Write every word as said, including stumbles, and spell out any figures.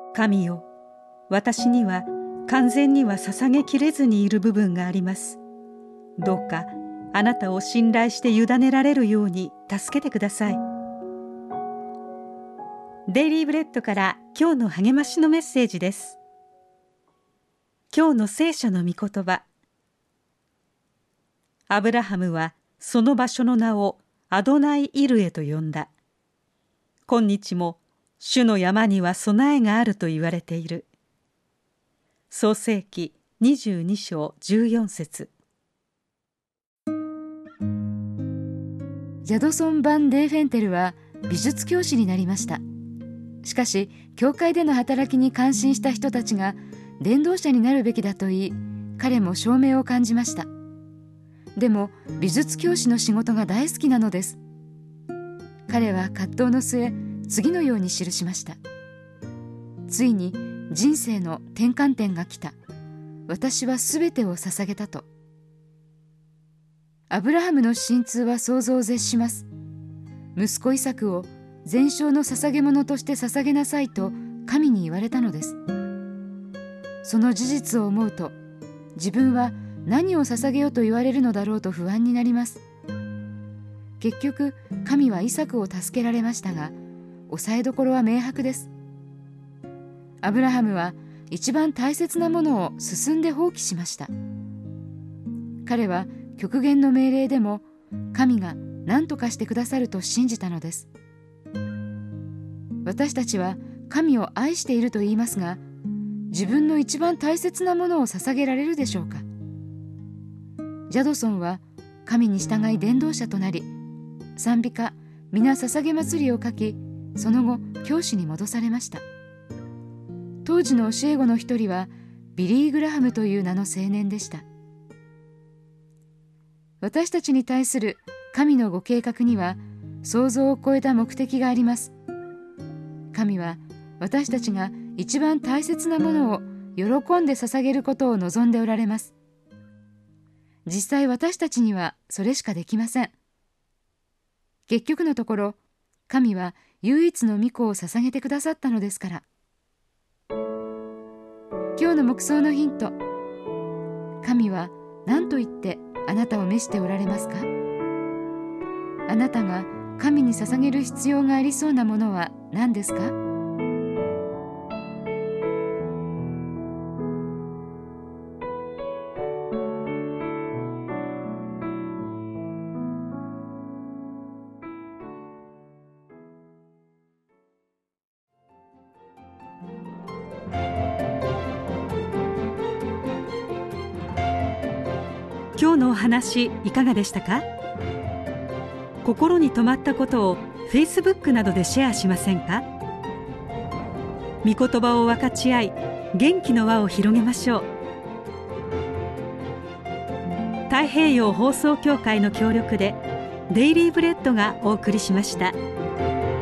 神よ、私には完全には捧げきれずにいる部分があります。どうかあなたを信頼して委ねられるように助けてください。デイリーブレッドから今日の励ましのメッセージです。今日の聖書の御言葉。アブラハムはその場所の名をアドナイ・イルエと呼んだ。今日も主の山には備えがあると言われている。創世記にじゅうに章じゅうよん節。 ジャドソン・バン・デーフェンテルは美術教師になりました。しかし教会での働きに感心した人たちが伝道者になるべきだと言い、彼も証明を感じました。でも美術教師の仕事が大好きなのです。彼は葛藤の末、次のように記しました。ついに人生の転換点が来た。私はすべてを捧げたと。アブラハムの心痛は想像を絶します。息子イサクを全焼の捧げ物として捧げなさいと神に言われたのです。その事実を思うと、自分は何を捧げようと言われるのだろうと不安になります。結局神はイサクを助けられましたが、抑えどころは明白です。アブラハムは一番大切なものを進んで放棄しました。彼は極限の命令でも神が何とかしてくださると信じたのです。私たちは神を愛していると言いますが、自分の一番大切なものを捧げられるでしょうか。ジャドソンは神に従い伝道者となり、賛美歌皆捧げ祭りを書き、その後教師に戻されました。当時の教え子の一人はビリー・グラハムという名の青年でした。私たちに対する神のご計画には想像を超えた目的があります。神は私たちが一番大切なものを喜んで捧げることを望んでおられます。実際私たちにはそれしかできません。結局のところ、神は唯一の御子を捧げてくださったのですから。今日の黙想のヒント。神は何と言ってあなたを召しておられますか？あなたが神に捧げる必要がありそうなものは何ですか？ 今日のお話いかがでしたか？心に留まったことを Facebook などでシェアしませんか？御言葉を分かち合い、元気の輪を広げましょう。太平洋放送協会の協力でデイリーブレッドがお送りしました。